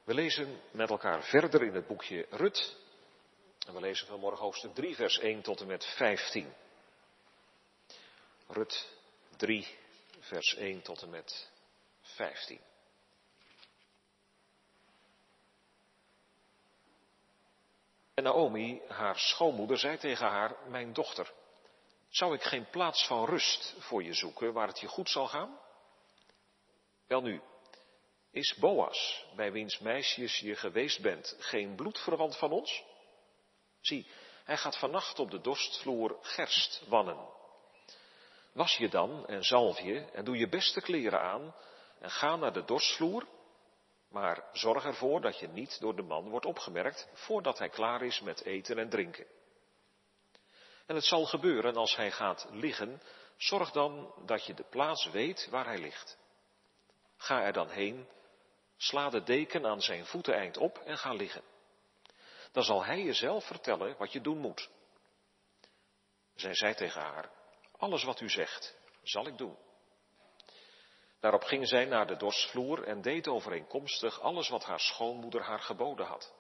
We lezen met elkaar verder in het boekje Rut. En we lezen vanmorgen hoofdstuk 3, vers 1 tot en met 15. Rut 3, vers 1 tot en met 15. En Naomi, haar schoonmoeder, zei tegen haar: Mijn dochter, zou ik geen plaats van rust voor je zoeken waar het je goed zal gaan? Welnu, is Boas, bij wiens meisjes je geweest bent, geen bloedverwant van ons? Zie, hij gaat vannacht op de dorstvloer gerst wannen. Was je dan en zalf je en doe je beste kleren aan en ga naar de dorstvloer, maar zorg ervoor dat je niet door de man wordt opgemerkt voordat hij klaar is met eten en drinken. En het zal gebeuren als hij gaat liggen, zorg dan dat je de plaats weet waar hij ligt. Ga er dan heen, sla de deken aan zijn voeteneind op en ga liggen. Dan zal hij je zelf vertellen wat je doen moet. Zij zei tegen haar: Alles wat u zegt, zal ik doen. Daarop ging zij naar de dorstvloer en deed overeenkomstig alles wat haar schoonmoeder haar geboden had.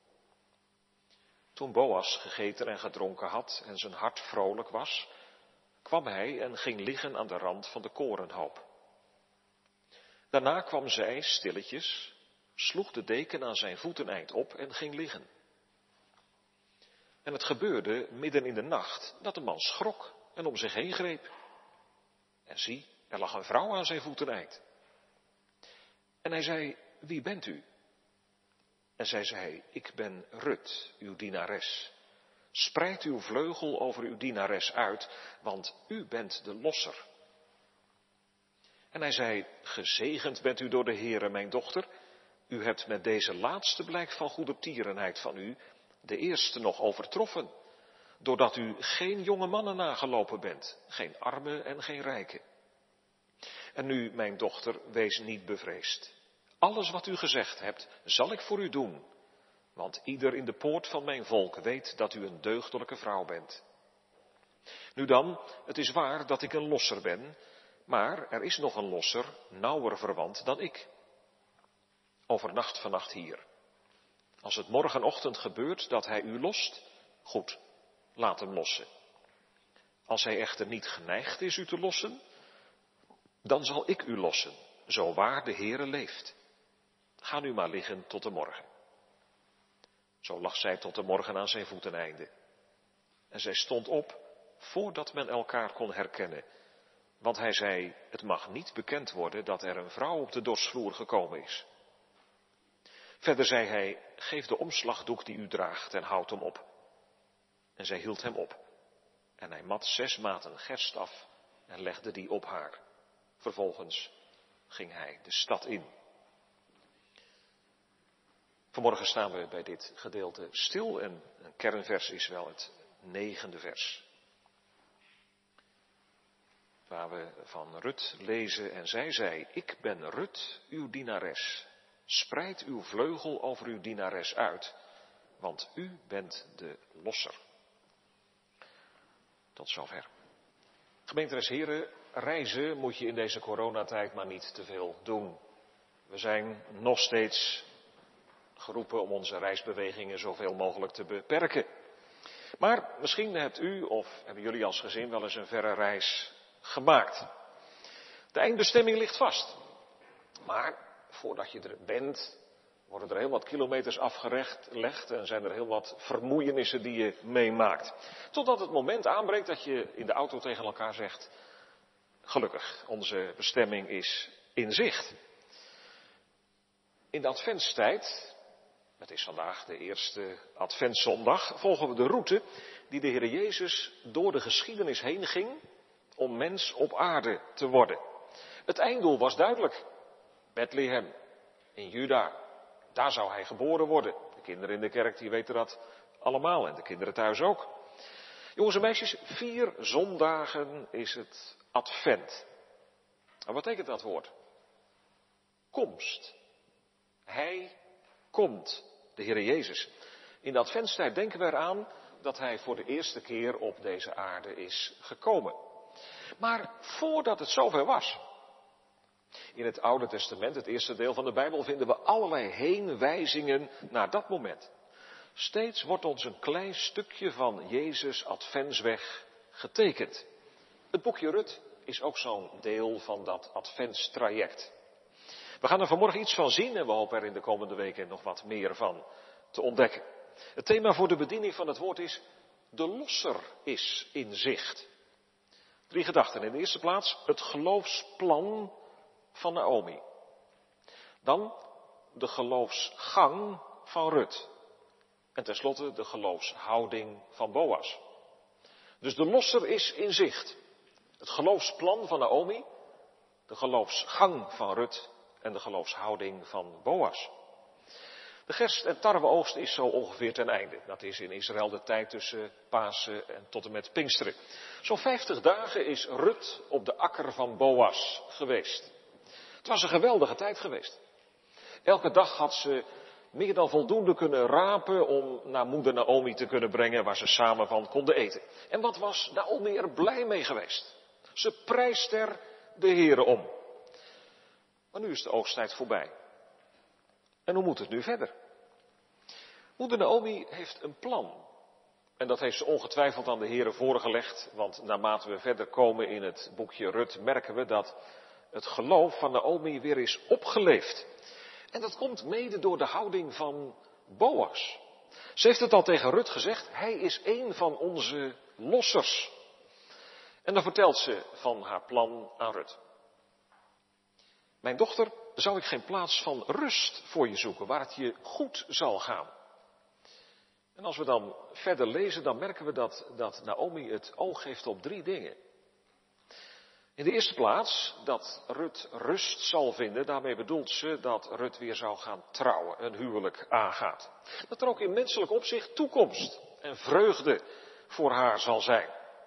Toen Boas gegeten en gedronken had en zijn hart vrolijk was, kwam hij en ging liggen aan de rand van de korenhoop. Daarna kwam zij stilletjes, sloeg de deken aan zijn voeteneind op en ging liggen. En het gebeurde midden in de nacht dat de man schrok en om zich heen greep. En zie, er lag een vrouw aan zijn voeteneind. En hij zei: Wie bent u? En zij zei: Ik ben Rut, uw dienares. Spreid uw vleugel over uw dienares uit, want u bent de losser. En hij zei: Gezegend bent u door de Heere, mijn dochter. U hebt met deze laatste blijk van goedertierenheid van u de eerste nog overtroffen, doordat u geen jonge mannen nagelopen bent, geen arme en geen rijke. En nu, mijn dochter, wees niet bevreesd. Alles wat u gezegd hebt, zal ik voor u doen, want ieder in de poort van mijn volk weet dat u een deugdelijke vrouw bent. Nu dan, het is waar dat ik een losser ben, maar er is nog een losser, nauwer verwant dan ik. Overnacht vannacht hier. Als het morgenochtend gebeurt dat hij u lost, goed, laat hem lossen. Als hij echter niet geneigd is u te lossen, dan zal ik u lossen, zo waar de Heere leeft. Ga nu maar liggen tot de morgen. Zo lag zij tot de morgen aan zijn voeteneinde. En zij stond op, voordat men elkaar kon herkennen. Want hij zei: Het mag niet bekend worden dat er een vrouw op de dorstvloer gekomen is. Verder zei hij: Geef de omslagdoek die u draagt en houd hem op. En zij hield hem op. En hij mat 6 maten gerst af en legde die op haar. Vervolgens ging hij de stad in. Vanmorgen staan we bij dit gedeelte stil en een kernvers is wel het 9e vers. Waar we van Rut lezen: En zij zei: Ik ben Rut, uw dienares. Spreid uw vleugel over uw dienares uit, want u bent de losser. Tot zover. Gemeenteres heren, reizen moet je in deze coronatijd maar niet te veel doen. We zijn nog steeds geroepen om onze reisbewegingen zoveel mogelijk te beperken. Maar misschien hebt u of hebben jullie als gezin wel eens een verre reis gemaakt. De eindbestemming ligt vast. Maar voordat je er bent, worden er heel wat kilometers afgelegd en zijn er heel wat vermoeienissen die je meemaakt. Totdat het moment aanbreekt dat je in de auto tegen elkaar zegt: Gelukkig, onze bestemming is in zicht. In de adventstijd, het is vandaag de eerste adventszondag, volgen we de route die de Heer Jezus door de geschiedenis heen ging om mens op aarde te worden. Het einddoel was duidelijk. Bethlehem, in Juda. Daar zou hij geboren worden. De kinderen in de kerk die weten dat allemaal en de kinderen thuis ook. Jongens en meisjes, 4 zondagen is het advent. En wat betekent dat woord? Komst. Hij komt, de Heer Jezus. In de adventstijd denken we eraan dat hij voor de eerste keer op deze aarde is gekomen. Maar voordat het zover was, In het Oude Testament, het eerste deel van de Bijbel, vinden we allerlei heenwijzingen naar dat moment. Steeds wordt ons een klein stukje van Jezus' adventsweg getekend. Het boekje Rut is ook zo'n deel van dat adventstraject. We gaan er vanmorgen iets van zien en we hopen er in de komende weken nog wat meer van te ontdekken. Het thema voor de bediening van het woord is: de losser is in zicht. 3 gedachten. In de eerste plaats het geloofsplan van Naomi. Dan de geloofsgang van Rut. En tenslotte de geloofshouding van Boas. Dus de losser is in zicht. Het geloofsplan van Naomi, de geloofsgang van Rut en de geloofshouding van Boas. De gerst- en tarweoogst is zo ongeveer ten einde. Dat is in Israël de tijd tussen Pasen en tot en met Pinksteren. Zo'n 50 dagen is Rut op de akker van Boas geweest. Het was een geweldige tijd geweest. Elke dag had ze meer dan voldoende kunnen rapen om naar moeder Naomi te kunnen brengen waar ze samen van konden eten. En wat was Naomi er blij mee geweest? Ze prijst er de Heere om. Maar nu is de oogsttijd voorbij. En hoe moet het nu verder? Moeder Naomi heeft een plan. En dat heeft ze ongetwijfeld aan de Heere voorgelegd, want naarmate we verder komen in het boekje Rut merken we dat het geloof van Naomi weer is opgeleefd. En dat komt mede door de houding van Boas. Ze heeft het al tegen Rut gezegd, hij is een van onze lossers. En dan vertelt ze van haar plan aan Rut. Mijn dochter, zou ik geen plaats van rust voor je zoeken, waar het je goed zal gaan? En als we dan verder lezen, dan merken we dat Naomi het oog heeft op 3 dingen. In de eerste plaats dat Rut rust zal vinden, daarmee bedoelt ze dat Rut weer zou gaan trouwen, een huwelijk aangaat. Dat er ook in menselijk opzicht toekomst en vreugde voor haar zal zijn.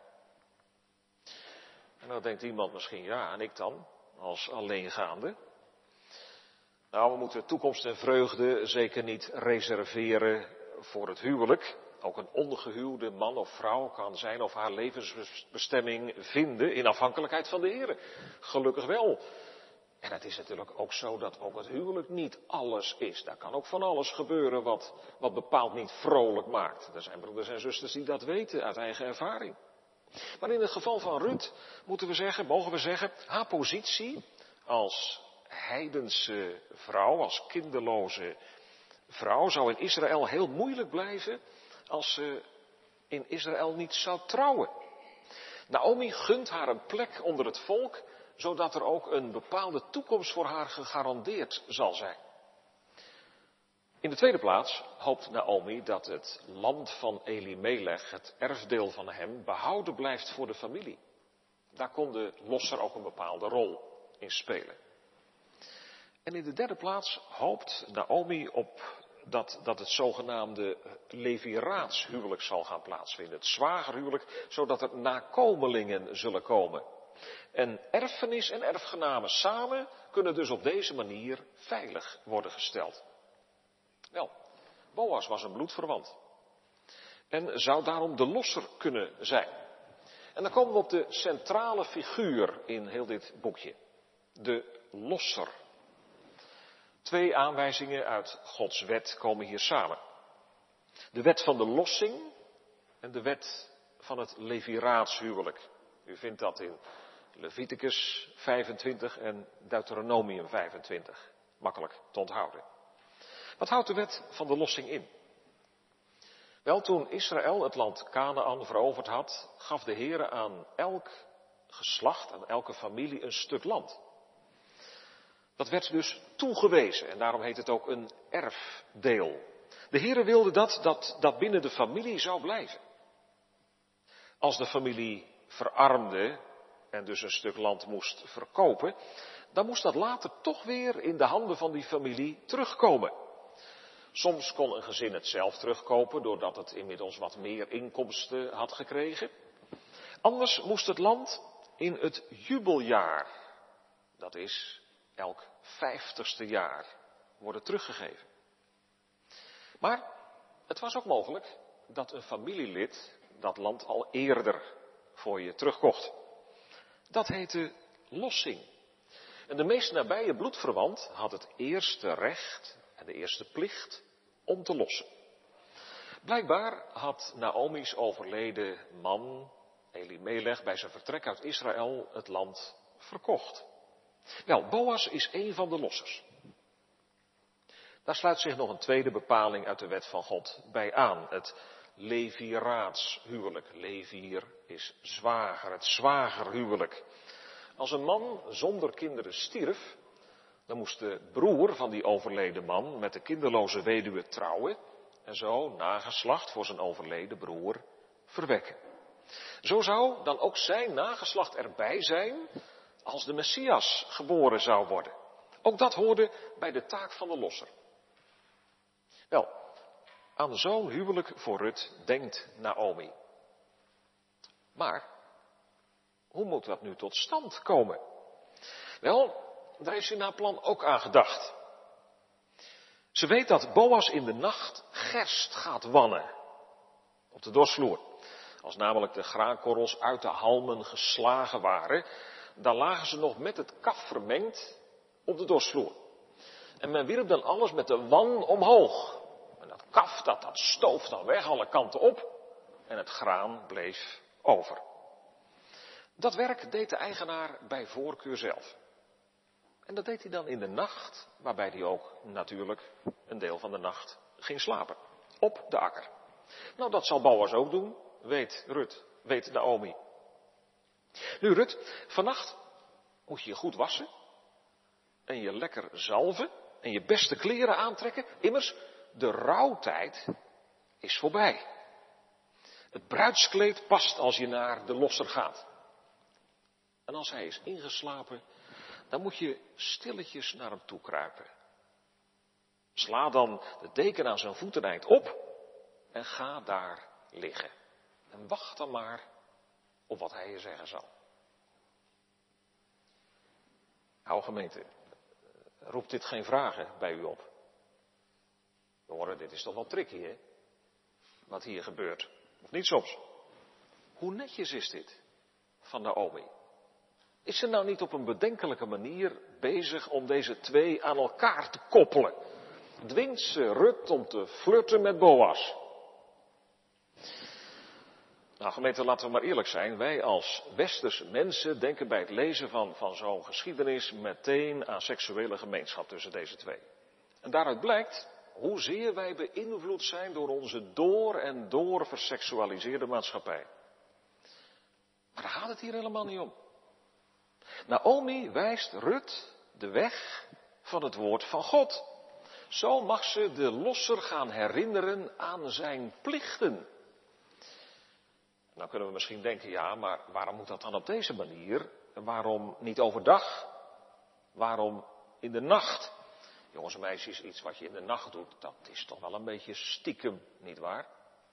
En dan denkt iemand misschien, ja, en ik dan, als alleengaande? Nou, we moeten toekomst en vreugde zeker niet reserveren voor het huwelijk. Ook een ongehuwde man of vrouw kan zijn of haar levensbestemming vinden in afhankelijkheid van de Heer. Gelukkig wel. En het is natuurlijk ook zo dat ook het huwelijk niet alles is. Daar kan ook van alles gebeuren wat bepaald niet vrolijk maakt. Er zijn broeders en zusters die dat weten uit eigen ervaring. Maar in het geval van Rut mogen we zeggen, haar positie als heidense vrouw, als kinderloze vrouw, zou in Israël heel moeilijk blijven als ze in Israël niet zou trouwen. Naomi gunt haar een plek onder het volk, zodat er ook een bepaalde toekomst voor haar gegarandeerd zal zijn. In de tweede plaats hoopt Naomi dat het land van Elimelech, het erfdeel van hem, behouden blijft voor de familie. Daar kon de losser ook een bepaalde rol in spelen. En in de derde plaats hoopt Naomi op dat het zogenaamde leviraatshuwelijk zal gaan plaatsvinden. Het zwagerhuwelijk, zodat er nakomelingen zullen komen. En erfenis en erfgenamen samen kunnen dus op deze manier veilig worden gesteld. Wel, Boas was een bloedverwant. En zou daarom de losser kunnen zijn. En dan komen we op de centrale figuur in heel dit boekje. De losser. 2 aanwijzingen uit Gods wet komen hier samen. De wet van de lossing en de wet van het leviraatshuwelijk. U vindt dat in Leviticus 25 en Deuteronomium 25. Makkelijk te onthouden. Wat houdt de wet van de lossing in? Wel, toen Israël het land Kanaan veroverd had, gaf de Heere aan elk geslacht, aan elke familie een stuk land. Dat werd dus toegewezen en daarom heet het ook een erfdeel. De Heere wilde dat binnen de familie zou blijven. Als de familie verarmde en dus een stuk land moest verkopen, dan moest dat later toch weer in de handen van die familie terugkomen. Soms kon een gezin het zelf terugkopen doordat het inmiddels wat meer inkomsten had gekregen. Anders moest het land in het jubeljaar, dat is elk 50ste jaar, worden teruggegeven. Maar het was ook mogelijk dat een familielid dat land al eerder voor je terugkocht. Dat heette lossing. En de meest nabije bloedverwant had het eerste recht en de eerste plicht om te lossen. Blijkbaar had Naomi's overleden man, Elimelech, bij zijn vertrek uit Israël het land verkocht. Wel, Boas is een van de lossers. Daar sluit zich nog een tweede bepaling uit de wet van God bij aan. Het leviraatshuwelijk. Levir is zwager, het zwagerhuwelijk. Als een man zonder kinderen stierf, dan moest de broer van die overleden man met de kinderloze weduwe trouwen en zo nageslacht voor zijn overleden broer verwekken. Zo zou dan ook zijn nageslacht erbij zijn als de Messias geboren zou worden. Ook dat hoorde bij de taak van de losser. Wel, aan zo'n huwelijk voor Rut denkt Naomi. Maar, hoe moet dat nu tot stand komen? Wel, daar heeft ze in haar plan ook aan gedacht. Ze weet dat Boas in de nacht gerst gaat wannen op de dorsvloer. Als namelijk de graankorrels uit de halmen geslagen waren, dan lagen ze nog met het kaf vermengd op de dorsvloer. En men wierp dan alles met de wan omhoog. En dat kaf, dat stoof dan weg alle kanten op en het graan bleef over. Dat werk deed de eigenaar bij voorkeur zelf. En dat deed hij dan in de nacht, waarbij hij ook natuurlijk een deel van de nacht ging slapen. Op de akker. Nou, dat zal Boas ook doen, weet Rut, weet Naomi. Nu Rut, vannacht moet je je goed wassen en je lekker zalven en je beste kleren aantrekken. Immers, de rouwtijd is voorbij. Het bruidskleed past als je naar de losser gaat. En als hij is ingeslapen, dan moet je stilletjes naar hem toe kruipen. Sla dan de deken aan zijn voeteneind op en ga daar liggen. En wacht dan maar op wat hij je zeggen zal. Nou gemeente, roept dit geen vragen bij u op? Jongeren, dit is toch wel tricky, hè? Wat hier gebeurt. Of niet soms? Hoe netjes is dit van Naomi? Is ze nou niet op een bedenkelijke manier bezig om deze twee aan elkaar te koppelen? Dwingt ze Rut om te flirten met Boas? Nou gemeente, laten we maar eerlijk zijn. Wij als westerse mensen denken bij het lezen van zo'n geschiedenis meteen aan seksuele gemeenschap tussen deze twee. En daaruit blijkt hoezeer wij beïnvloed zijn door onze door en door verseksualiseerde maatschappij. Maar daar gaat het hier helemaal niet om. Naomi wijst Rut de weg van het woord van God. Zo mag ze de losser gaan herinneren aan zijn plichten. Nou kunnen we misschien denken, ja, maar waarom moet dat dan op deze manier? Waarom niet overdag? Waarom in de nacht? Jongens en meisjes, iets wat je in de nacht doet, dat is toch wel een beetje stiekem, nietwaar?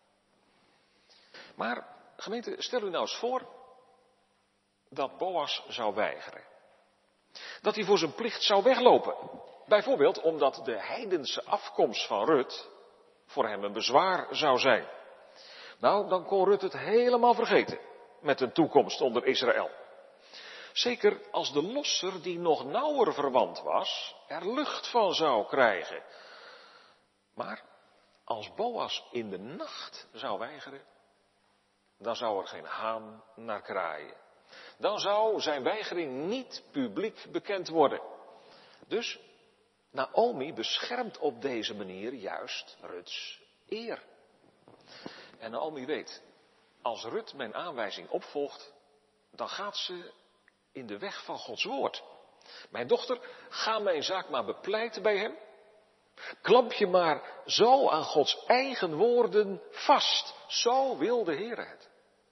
Maar, gemeente, stel u nou eens voor dat Boas zou weigeren. Dat hij voor zijn plicht zou weglopen. Bijvoorbeeld omdat de heidense afkomst van Rut voor hem een bezwaar zou zijn. Nou, dan kon Rut het helemaal vergeten met een toekomst onder Israël. Zeker als de losser die nog nauwer verwant was, er lucht van zou krijgen. Maar als Boas in de nacht zou weigeren, dan zou er geen haan naar kraaien. Dan zou zijn weigering niet publiek bekend worden. Dus Naomi beschermt op deze manier juist Ruts eer. En Naomi weet, als Rut mijn aanwijzing opvolgt, dan gaat ze in de weg van Gods woord. Mijn dochter, ga mijn zaak maar bepleiten bij hem. Klamp je maar zo aan Gods eigen woorden vast. Zo wil de Heer het.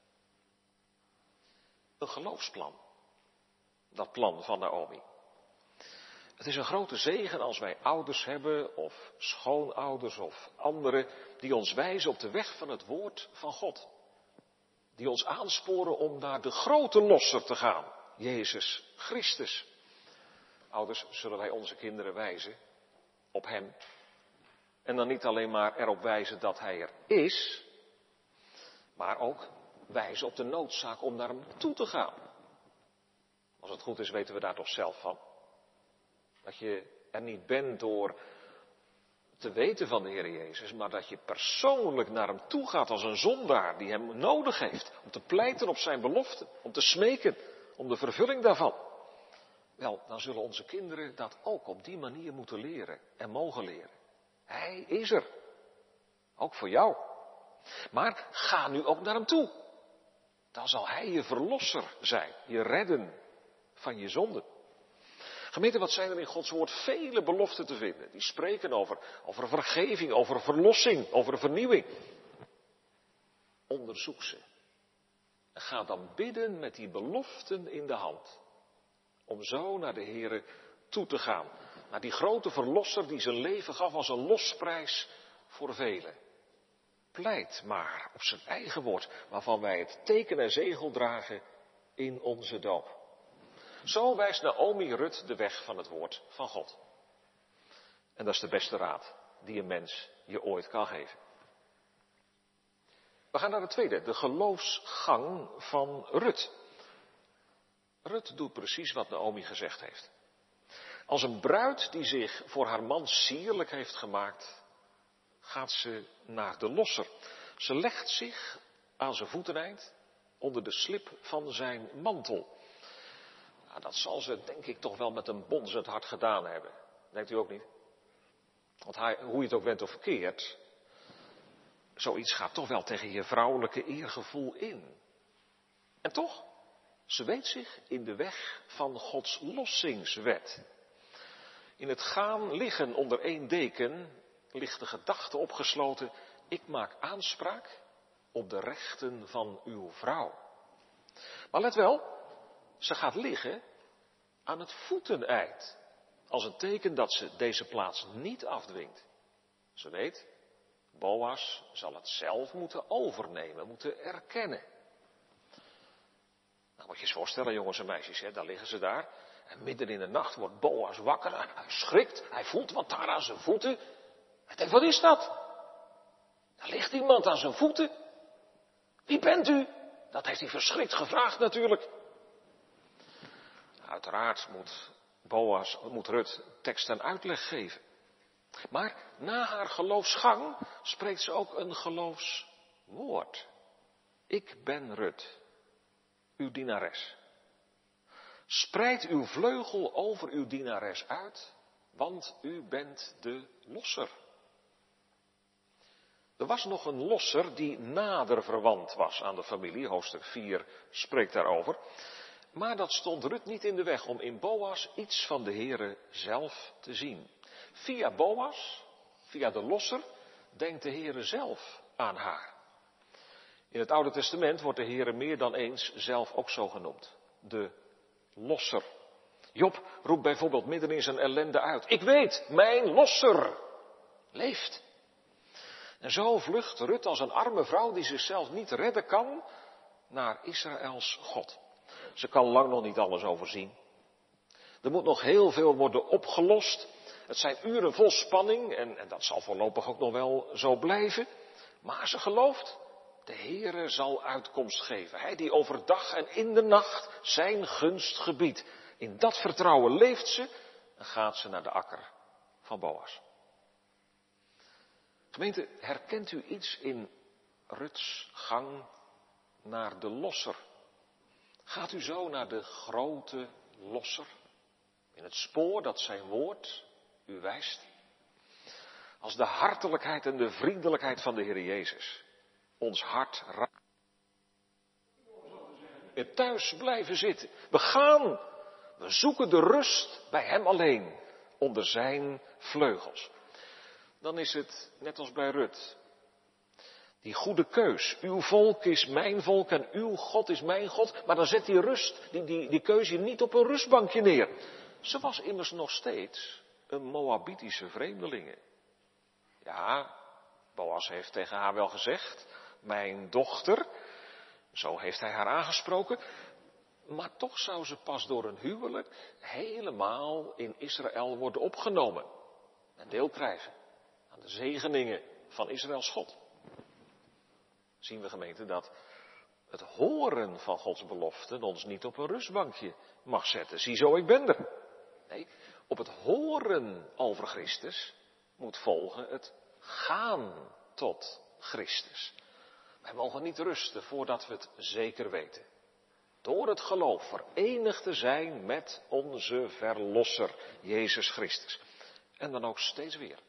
Een geloofsplan. Dat plan van Naomi. Het is een grote zegen als wij ouders hebben of schoonouders of anderen die ons wijzen op de weg van het woord van God. Die ons aansporen om naar de grote losser te gaan. Jezus Christus. Ouders, zullen wij onze kinderen wijzen op hem. En dan niet alleen maar erop wijzen dat hij er is, maar ook wijzen op de noodzaak om naar hem toe te gaan. Als het goed is, weten we daar toch zelf van. Dat je er niet bent door te weten van de Heer Jezus, maar dat je persoonlijk naar hem toe gaat als een zondaar die hem nodig heeft. Om te pleiten op zijn belofte, om te smeken, om de vervulling daarvan. Wel, dan zullen onze kinderen dat ook op die manier moeten leren en mogen leren. Hij is er. Ook voor jou. Maar ga nu ook naar hem toe. Dan zal hij je verlosser zijn, je redden van je zonden. Gemeente, wat zijn er in Gods woord vele beloften te vinden. Die spreken over vergeving, over verlossing, over vernieuwing. Onderzoek ze. En ga dan bidden met die beloften in de hand. Om zo naar de Here toe te gaan. Naar die grote verlosser die zijn leven gaf als een losprijs voor velen. Pleit maar op zijn eigen woord, waarvan wij het teken en zegel dragen in onze doop. Zo wijst Naomi Rut de weg van het woord van God. En dat is de beste raad die een mens je ooit kan geven. We gaan naar het tweede, de geloofsgang van Rut. Rut doet precies wat Naomi gezegd heeft. Als een bruid die zich voor haar man sierlijk heeft gemaakt, gaat ze naar de losser. Ze legt zich aan zijn voeteneind onder de slip van zijn mantel. Nou, dat zal ze denk ik toch wel met een bonzend hart gedaan hebben. Denkt u ook niet? Want hoe je het ook bent of verkeerd, zoiets gaat toch wel tegen je vrouwelijke eergevoel in. En toch, ze weet zich in de weg van Gods lossingswet. In het gaan liggen onder één deken ligt de gedachte opgesloten: ik maak aanspraak op de rechten van uw vrouw. Maar let wel, ze gaat liggen aan het voeteneind. Als een teken dat ze deze plaats niet afdwingt. Ze weet, Boas zal het zelf moeten overnemen, moeten erkennen. Nou moet je eens voorstellen, jongens en meisjes, daar liggen ze daar. En midden in de nacht wordt Boas wakker, hij schrikt, hij voelt wat daar aan zijn voeten. Hij denkt, wat is dat? Daar ligt iemand aan zijn voeten. Wie bent u? Dat heeft hij verschrikt gevraagd natuurlijk. Uiteraard moet Rut tekst en uitleg geven. Maar na haar geloofsgang spreekt ze ook een geloofswoord. Ik ben Rut, uw dienares. Spreid uw vleugel over uw dienares uit, want u bent de losser. Er was nog een losser die nader verwant was aan de familie, hoofdstuk 4 spreekt daarover. Maar dat stond Rut niet in de weg om in Boas iets van de Heere zelf te zien. Via Boas, via de losser, denkt de Heere zelf aan haar. In het Oude Testament wordt de Heere meer dan eens zelf ook zo genoemd. De losser. Job roept bijvoorbeeld midden in zijn ellende uit: ik weet, mijn losser leeft. En zo vlucht Rut als een arme vrouw die zichzelf niet redden kan naar Israëls God. Ze kan lang nog niet alles overzien. Er moet nog heel veel worden opgelost. Het zijn uren vol spanning en dat zal voorlopig ook nog wel zo blijven. Maar ze gelooft, de Heere zal uitkomst geven. Hij die overdag en in de nacht zijn gunst gebiedt. In dat vertrouwen leeft ze en gaat ze naar de akker van Boas. Gemeente, herkent u iets in Ruts gang naar de losser? Gaat u zo naar de grote losser? In het spoor dat zijn woord u wijst? Als de hartelijkheid en de vriendelijkheid van de Heer Jezus ons hart raakt. We thuis blijven zitten. We zoeken de rust bij hem alleen, onder zijn vleugels. Dan is het net als bij Rut. Die goede keus. Uw volk is mijn volk en uw God is mijn God. Maar dan zet die rust, die keus je niet op een rustbankje neer. Ze was immers nog steeds een Moabitische vreemdelinge. Ja, Boas heeft tegen haar wel gezegd: mijn dochter. Zo heeft hij haar aangesproken. Maar toch zou ze pas door een huwelijk helemaal in Israël worden opgenomen. En deel krijgen aan de zegeningen van Israëls God. Zien we, gemeente, dat het horen van Gods beloften ons niet op een rustbankje mag zetten. Ziezo, ik ben er. Nee, Op het horen over Christus moet volgen het gaan tot Christus. Wij mogen niet rusten voordat we het zeker weten. Door het geloof verenigd te zijn met onze Verlosser, Jezus Christus. En dan ook steeds weer.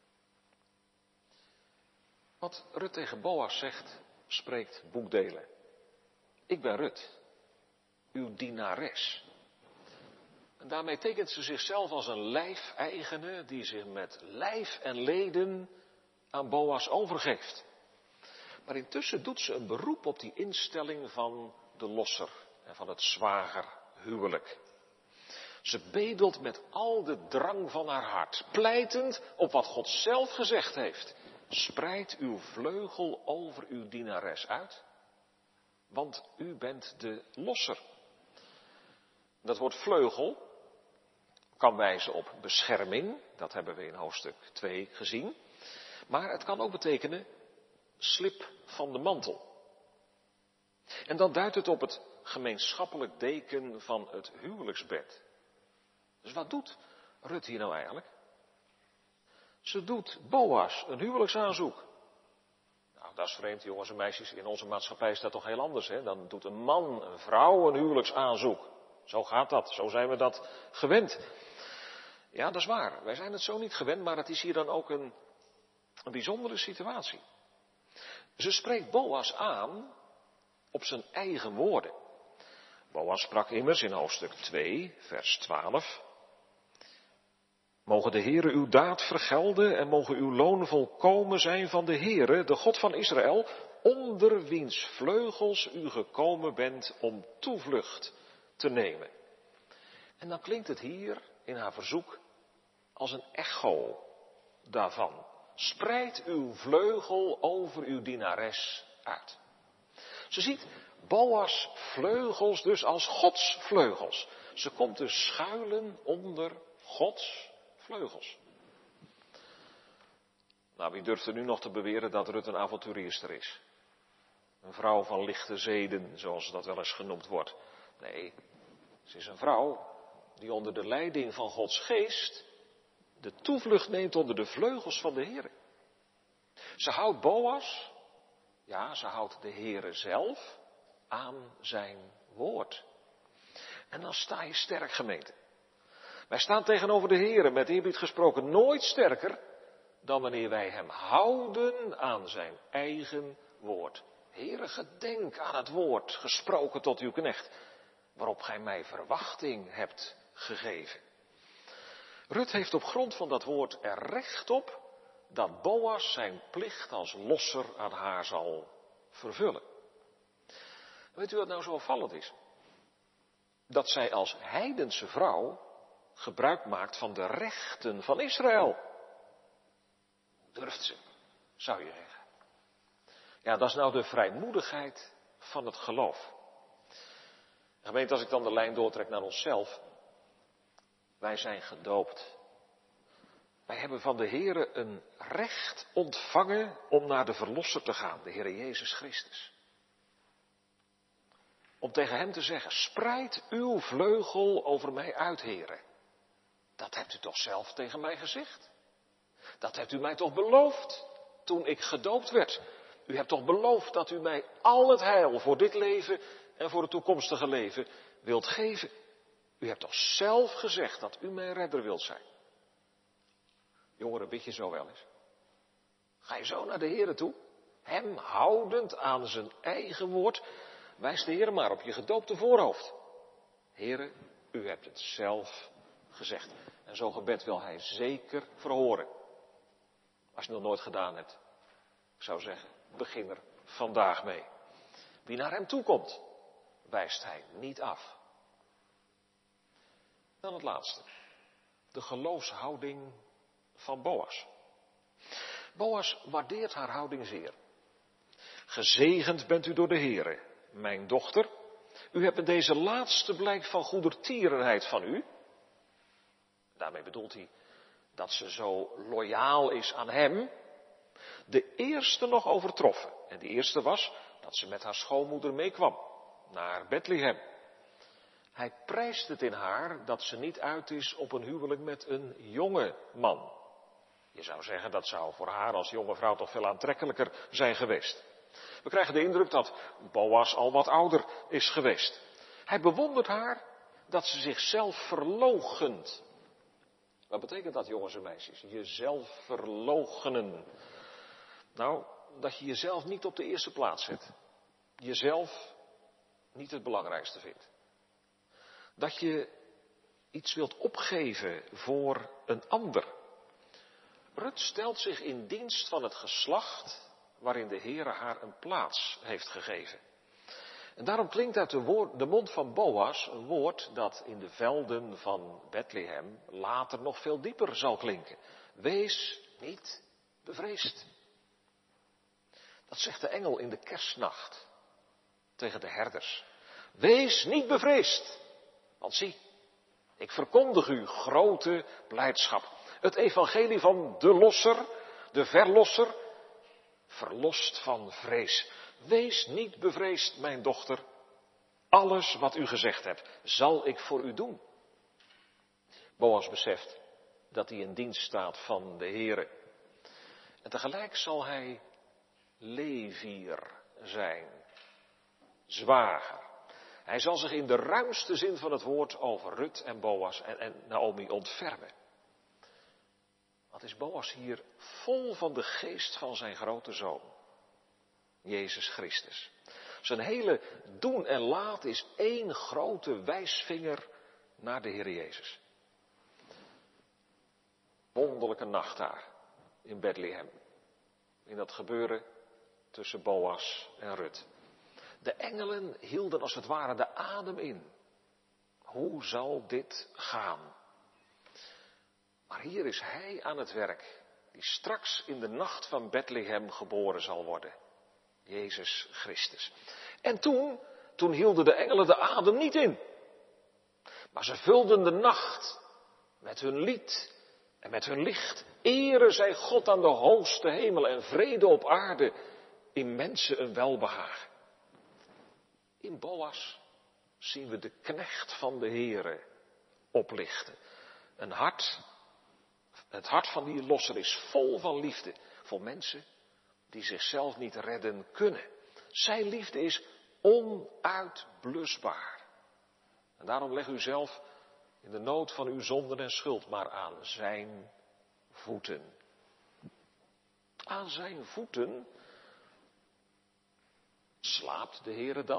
Wat Rut tegen Boas zegt, spreekt boekdelen. Ik ben Rut, uw dienares. En daarmee tekent ze zichzelf als een lijfeigene die zich met lijf en leden aan Boas overgeeft. Maar intussen doet ze een beroep op die instelling van de losser en van het zwagerhuwelijk. Ze bedelt met al de drang van haar hart, pleitend op wat God zelf gezegd heeft. Spreid uw vleugel over uw dienares uit, want u bent de losser. Dat woord vleugel kan wijzen op bescherming, dat hebben we in hoofdstuk 2 gezien. Maar het kan ook betekenen slip van de mantel. En dan duidt het op het gemeenschappelijk deken van het huwelijksbed. Dus wat doet Rut hier nou eigenlijk? Ze doet Boas een huwelijksaanzoek. Nou, dat is vreemd, jongens en meisjes. In onze maatschappij is dat toch heel anders, hè? Dan doet een man een vrouw een huwelijksaanzoek. Zo gaat dat, zo zijn we dat gewend. Ja, dat is waar. Wij zijn het zo niet gewend, maar het is hier dan ook een bijzondere situatie. Ze spreekt Boas aan op zijn eigen woorden. Boas sprak immers in hoofdstuk 2, vers 12. Mogen de Heere uw daad vergelden en mogen uw loon volkomen zijn van de Heere, de God van Israël, onder wiens vleugels u gekomen bent om toevlucht te nemen. En dan klinkt het hier in haar verzoek als een echo daarvan. Spreid uw vleugel over uw dienares uit. Ze ziet Boas' vleugels dus als Gods vleugels. Ze komt dus schuilen onder Gods vleugels. Nou, wie durft er nu nog te beweren dat Rut een avonturierster is? Een vrouw van lichte zeden, zoals dat wel eens genoemd wordt. Nee, ze is een vrouw die onder de leiding van Gods geest de toevlucht neemt onder de vleugels van de Heere. Ze houdt Boas, ja, ze houdt de Heere zelf aan zijn woord. En dan sta je sterk, gemeente. Wij staan tegenover de Heere, met eerbied gesproken, nooit sterker dan wanneer wij hem houden aan zijn eigen woord. Heere, gedenk aan het woord gesproken tot uw knecht, waarop gij mij verwachting hebt gegeven. Rut heeft op grond van dat woord er recht op dat Boas zijn plicht als losser aan haar zal vervullen. Weet u wat nou zo opvallend is? Dat zij als heidense vrouw gebruik maakt van de rechten van Israël. Durft ze, zou je zeggen. Ja, dat is nou de vrijmoedigheid van het geloof. Gemeente, als ik dan de lijn doortrek naar onszelf. Wij zijn gedoopt. Wij hebben van de Heere een recht ontvangen om naar de Verlosser te gaan, de Heere Jezus Christus. Om tegen hem te zeggen, spreid uw vleugel over mij uit, Heere. Dat hebt u toch zelf tegen mij gezegd? Dat hebt u mij toch beloofd toen ik gedoopt werd? U hebt toch beloofd dat u mij al het heil voor dit leven en voor het toekomstige leven wilt geven? U hebt toch zelf gezegd dat u mijn redder wilt zijn? Jongeren, bid je zo wel eens? Ga je zo naar de Heere toe? Hem houdend aan zijn eigen woord, wijs de Heere maar op je gedoopte voorhoofd. Heere, u hebt het zelf gezegd. En zo'n gebed wil hij zeker verhoren. Als je het nog nooit gedaan hebt, ik zou zeggen, begin er vandaag mee. Wie naar hem toe komt, wijst hij niet af. Dan het laatste. De geloofshouding van Boas. Boas waardeert haar houding zeer. Gezegend bent u door de Heere, mijn dochter. U hebt met deze laatste blijk van goedertierenheid van u. Daarmee bedoelt hij dat ze zo loyaal is aan hem. De eerste nog overtroffen. En die eerste was dat ze met haar schoonmoeder meekwam naar Bethlehem. Hij prijst het in haar dat ze niet uit is op een huwelijk met een jonge man. Je zou zeggen, dat zou voor haar als jonge vrouw toch veel aantrekkelijker zijn geweest. We krijgen de indruk dat Boas al wat ouder is geweest. Hij bewondert haar dat ze zichzelf verloochent. Wat betekent dat, jongens en meisjes? Jezelf verloochenen. Nou, dat je jezelf niet op de eerste plaats zet. Jezelf niet het belangrijkste vindt. Dat je iets wilt opgeven voor een ander. Rut stelt zich in dienst van het geslacht waarin de Heere haar een plaats heeft gegeven. En daarom klinkt uit de mond van Boas een woord dat in de velden van Bethlehem later nog veel dieper zal klinken. Wees niet bevreesd. Dat zegt de engel in de kerstnacht tegen de herders. Wees niet bevreesd, want zie, ik verkondig u grote blijdschap. Het evangelie van de losser, de verlosser, verlost van vrees. Wees niet bevreesd, mijn dochter. Alles wat u gezegd hebt, zal ik voor u doen. Boas beseft dat hij in dienst staat van de Heere. En tegelijk zal hij levier zijn. Zwager. Hij zal zich in de ruimste zin van het woord over Rut en Boas en Naomi ontfermen. Wat is Boas hier vol van de geest van zijn grote zoon, Jezus Christus. Zijn hele doen en laten is één grote wijsvinger naar de Heer Jezus. Wonderlijke nacht daar in Bethlehem. In dat gebeuren tussen Boas en Rut. De engelen hielden als het ware de adem in. Hoe zal dit gaan? Maar hier is hij aan het werk, die straks in de nacht van Bethlehem geboren zal worden. Jezus Christus. En toen hielden de engelen de adem niet in. Maar ze vulden de nacht met hun lied en met hun licht. Ere zij God aan de hoogste hemel en vrede op aarde, in mensen een welbehagen. In Boas zien we de knecht van de Heere oplichten. Het hart van die losser is vol van liefde voor mensen die zichzelf niet redden kunnen. Zijn liefde is onuitblusbaar. En daarom leg u zelf in de nood van uw zonden en schuld maar aan zijn voeten. Aan zijn voeten slaapt de Heere dan?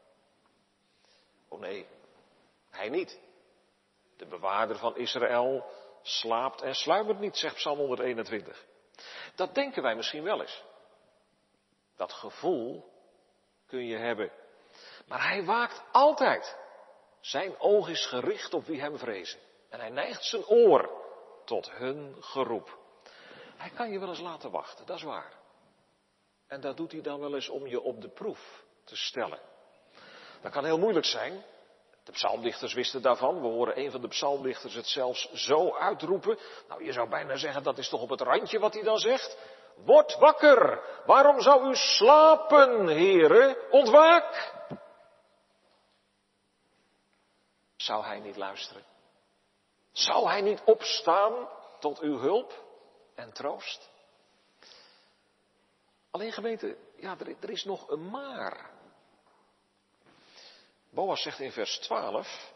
Oh nee, hij niet. De bewaarder van Israël slaapt en sluimert niet, zegt Psalm 121. Dat denken wij misschien wel eens. Dat gevoel kun je hebben. Maar hij waakt altijd. Zijn oog is gericht op wie hem vrezen. En hij neigt zijn oor tot hun geroep. Hij kan je wel eens laten wachten, dat is waar. En dat doet hij dan wel eens om je op de proef te stellen. Dat kan heel moeilijk zijn. De psalmdichters wisten daarvan. We horen een van de psalmdichters het zelfs zo uitroepen. Nou, je zou bijna zeggen, dat is toch op het randje wat hij dan zegt. Word wakker. Waarom zou u slapen, Heere? Ontwaak. Zou hij niet luisteren? Zou hij niet opstaan tot uw hulp en troost? Alleen gemeente, ja, er is nog een maar. Boas zegt in vers 12,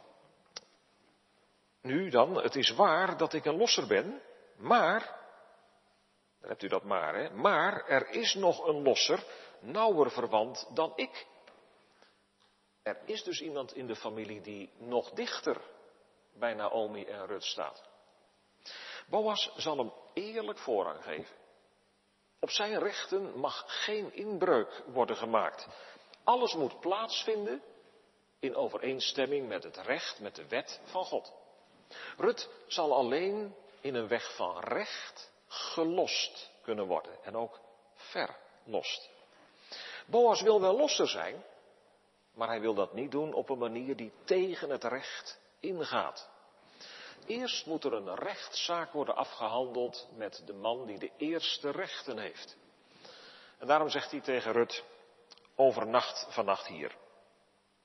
nu dan, het is waar dat ik een losser ben, maar, daar hebt u dat maar, hè, maar er is nog een losser, nauwer verwant dan ik. Er is dus iemand in de familie die nog dichter bij Naomi en Rut staat. Boas zal hem eerlijk voorrang geven. Op zijn rechten mag geen inbreuk worden gemaakt. Alles moet plaatsvinden in overeenstemming met het recht, met de wet van God. Rut zal alleen in een weg van recht gelost kunnen worden en ook verlost. Boas wil wel losser zijn, maar hij wil dat niet doen op een manier die tegen het recht ingaat. Eerst moet er een rechtszaak worden afgehandeld met de man die de eerste rechten heeft. En daarom zegt hij tegen Rut, overnacht vannacht hier.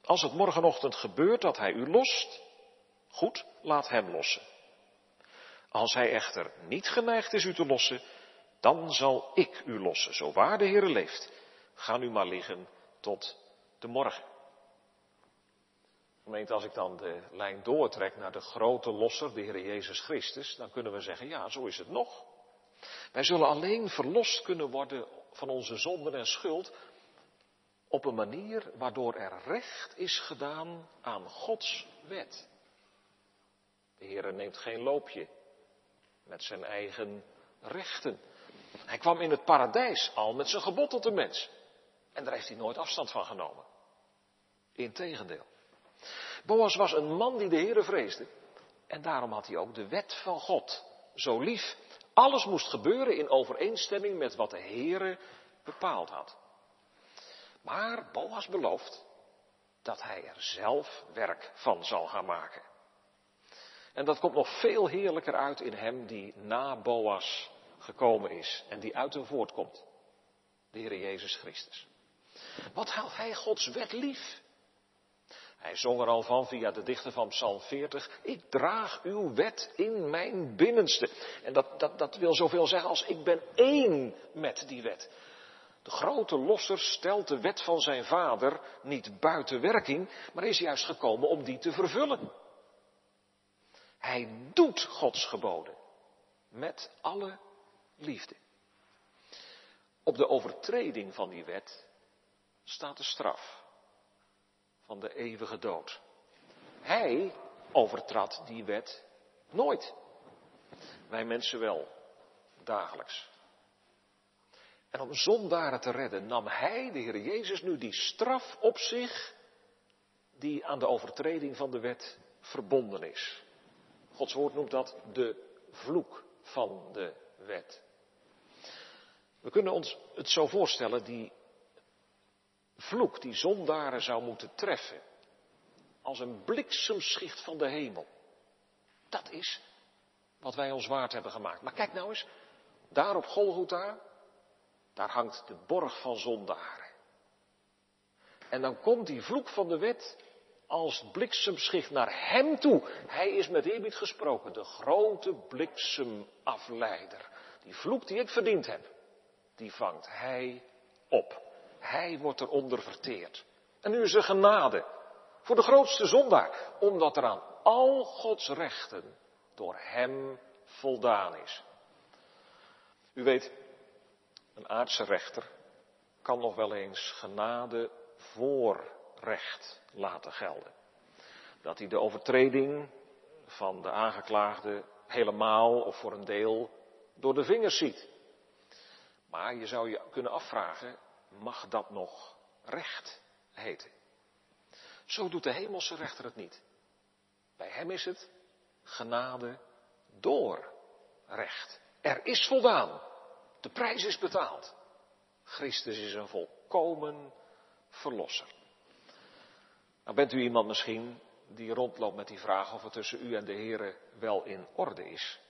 Als het morgenochtend gebeurt dat hij u lost, goed, laat hem lossen. Als hij echter niet geneigd is u te lossen, dan zal ik u lossen, zo waar de Heere leeft. Ga nu maar liggen tot de morgen. Gemeente, als ik dan de lijn doortrek naar de grote losser, de Heere Jezus Christus, dan kunnen we zeggen, ja, zo is het nog. Wij zullen alleen verlost kunnen worden van onze zonden en schuld op een manier waardoor er recht is gedaan aan Gods wet. De Heere neemt geen loopje met zijn eigen rechten. Hij kwam in het paradijs al met zijn gebod tot de mens. En daar heeft hij nooit afstand van genomen. Integendeel. Boas was een man die de Heere vreesde. En daarom had hij ook de wet van God zo lief. Alles moest gebeuren in overeenstemming met wat de Heere bepaald had. Maar Boas belooft dat hij er zelf werk van zal gaan maken. En dat komt nog veel heerlijker uit in hem die na Boas gekomen is en die uit hem voortkomt. De Heere Jezus Christus. Wat houdt hij Gods wet lief? Hij zong er al van via de dichter van Psalm 40. Ik draag uw wet in mijn binnenste. En dat wil zoveel zeggen als ik ben één met die wet. De grote losser stelt de wet van zijn vader niet buiten werking, maar is juist gekomen om die te vervullen. Hij doet Gods geboden met alle liefde. Op de overtreding van die wet staat de straf van de eeuwige dood. Hij overtrad die wet nooit. Wij mensen wel, dagelijks. En om zondaren te redden nam hij, de Heer Jezus, nu die straf op zich die aan de overtreding van de wet verbonden is. Gods woord noemt dat de vloek van de wet. We kunnen ons het zo voorstellen, die vloek die zondaren zou moeten treffen, als een bliksemschicht van de hemel. Dat is wat wij ons waard hebben gemaakt. Maar kijk nou eens, daar op Golgotha, daar hangt de borg van zondaren. En dan komt die vloek van de wet als bliksemschicht naar hem toe. Hij is met eerbied gesproken, de grote bliksemafleider. Die vloek die ik verdiend heb, die vangt hij op. Hij wordt eronder verteerd. En nu is er genade voor de grootste zondaar, omdat er aan al Gods rechten door hem voldaan is. U weet, een aardse rechter kan nog wel eens genade voor recht laten gelden. Dat hij de overtreding van de aangeklaagde helemaal of voor een deel door de vingers ziet. Maar je zou je kunnen afvragen, mag dat nog recht heten? Zo doet de hemelse rechter het niet. Bij hem is het genade door recht. Er is voldaan. De prijs is betaald. Christus is een volkomen verlosser. Nou bent u iemand misschien die rondloopt met die vraag of het tussen u en de Heere wel in orde is.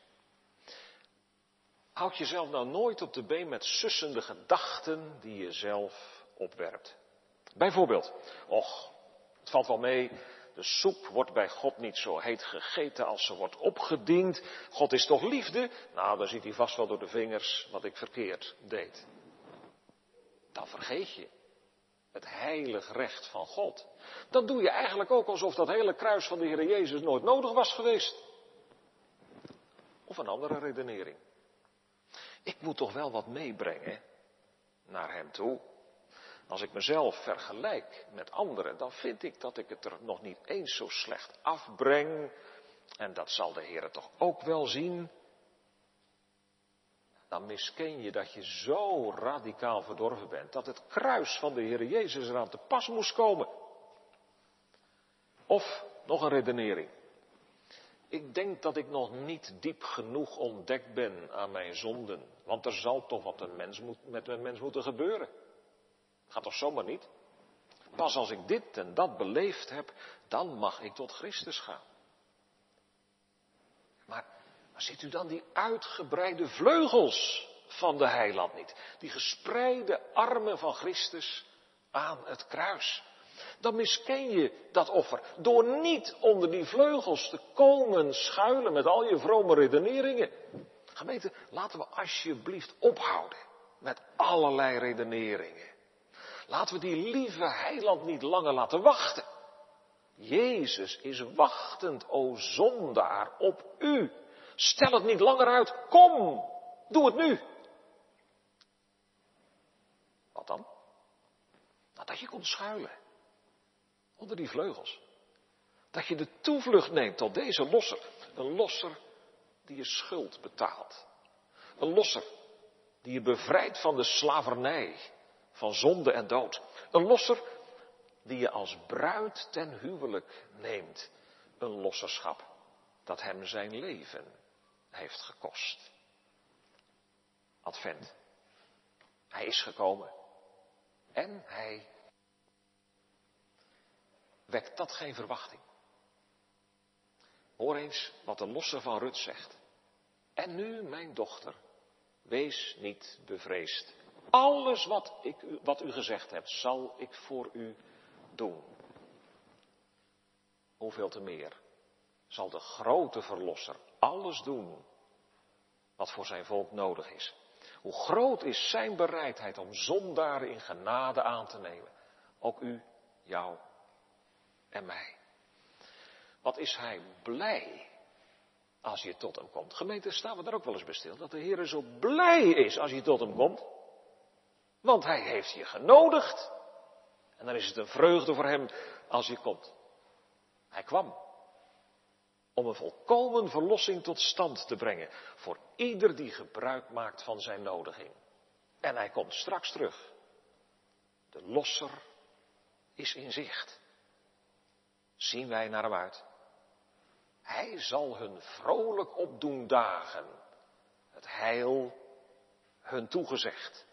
Houd jezelf nou nooit op de been met sussende gedachten die je zelf opwerpt. Bijvoorbeeld, och, het valt wel mee, de soep wordt bij God niet zo heet gegeten als ze wordt opgediend. God is toch liefde? Nou, dan ziet hij vast wel door de vingers wat ik verkeerd deed. Dan vergeet je het heilig recht van God. Dan doe je eigenlijk ook alsof dat hele kruis van de Heer Jezus nooit nodig was geweest. Of een andere redenering. Ik moet toch wel wat meebrengen naar hem toe. Als ik mezelf vergelijk met anderen, dan vind ik dat ik het er nog niet eens zo slecht afbreng. En dat zal de Heer toch ook wel zien. Dan misken je dat je zo radicaal verdorven bent, dat het kruis van de Heer Jezus eraan te pas moest komen. Of nog een redenering. Ik denk dat ik nog niet diep genoeg ontdekt ben aan mijn zonden. Want er zal toch wat met een mens moeten gebeuren. Gaat toch zomaar niet? Pas als ik dit en dat beleefd heb, dan mag ik tot Christus gaan. Maar ziet u dan die uitgebreide vleugels van de heiland niet? Die gespreide armen van Christus aan het kruis. Dan misken je dat offer door niet onder die vleugels te komen schuilen met al je vrome redeneringen. Gemeente, laten we alsjeblieft ophouden met allerlei redeneringen. Laten we die lieve heiland niet langer laten wachten. Jezus is wachtend, o zondaar, op u. Stel het niet langer uit. Kom, doe het nu. Wat dan? Nou, dat je komt schuilen. Onder die vleugels. Dat je de toevlucht neemt tot deze losser. Een losser die je schuld betaalt. Een losser die je bevrijdt van de slavernij, van zonde en dood. Een losser die je als bruid ten huwelijk neemt. Een losserschap dat hem zijn leven heeft gekost. Advent. Hij is gekomen. En hij wekt dat geen verwachting. Hoor eens wat de losser van Rut zegt. En nu, mijn dochter, wees niet bevreesd. Alles wat u gezegd hebt, zal ik voor u doen. Hoeveel te meer zal de grote verlosser alles doen wat voor zijn volk nodig is. Hoe groot is zijn bereidheid om zondaren in genade aan te nemen. Ook u, jou en mij. Wat is hij blij als je tot hem komt. Gemeente, staan we daar ook wel eens bij stil. Dat de Heer zo blij is als je tot hem komt. Want hij heeft je genodigd. En dan is het een vreugde voor hem als je komt. Hij kwam om een volkomen verlossing tot stand te brengen. Voor ieder die gebruik maakt van zijn nodiging. En hij komt straks terug. De losser is in zicht. Zien wij naar hem uit. Hij zal hun vrolijk op doen dagen. Het heil hun toegezegd.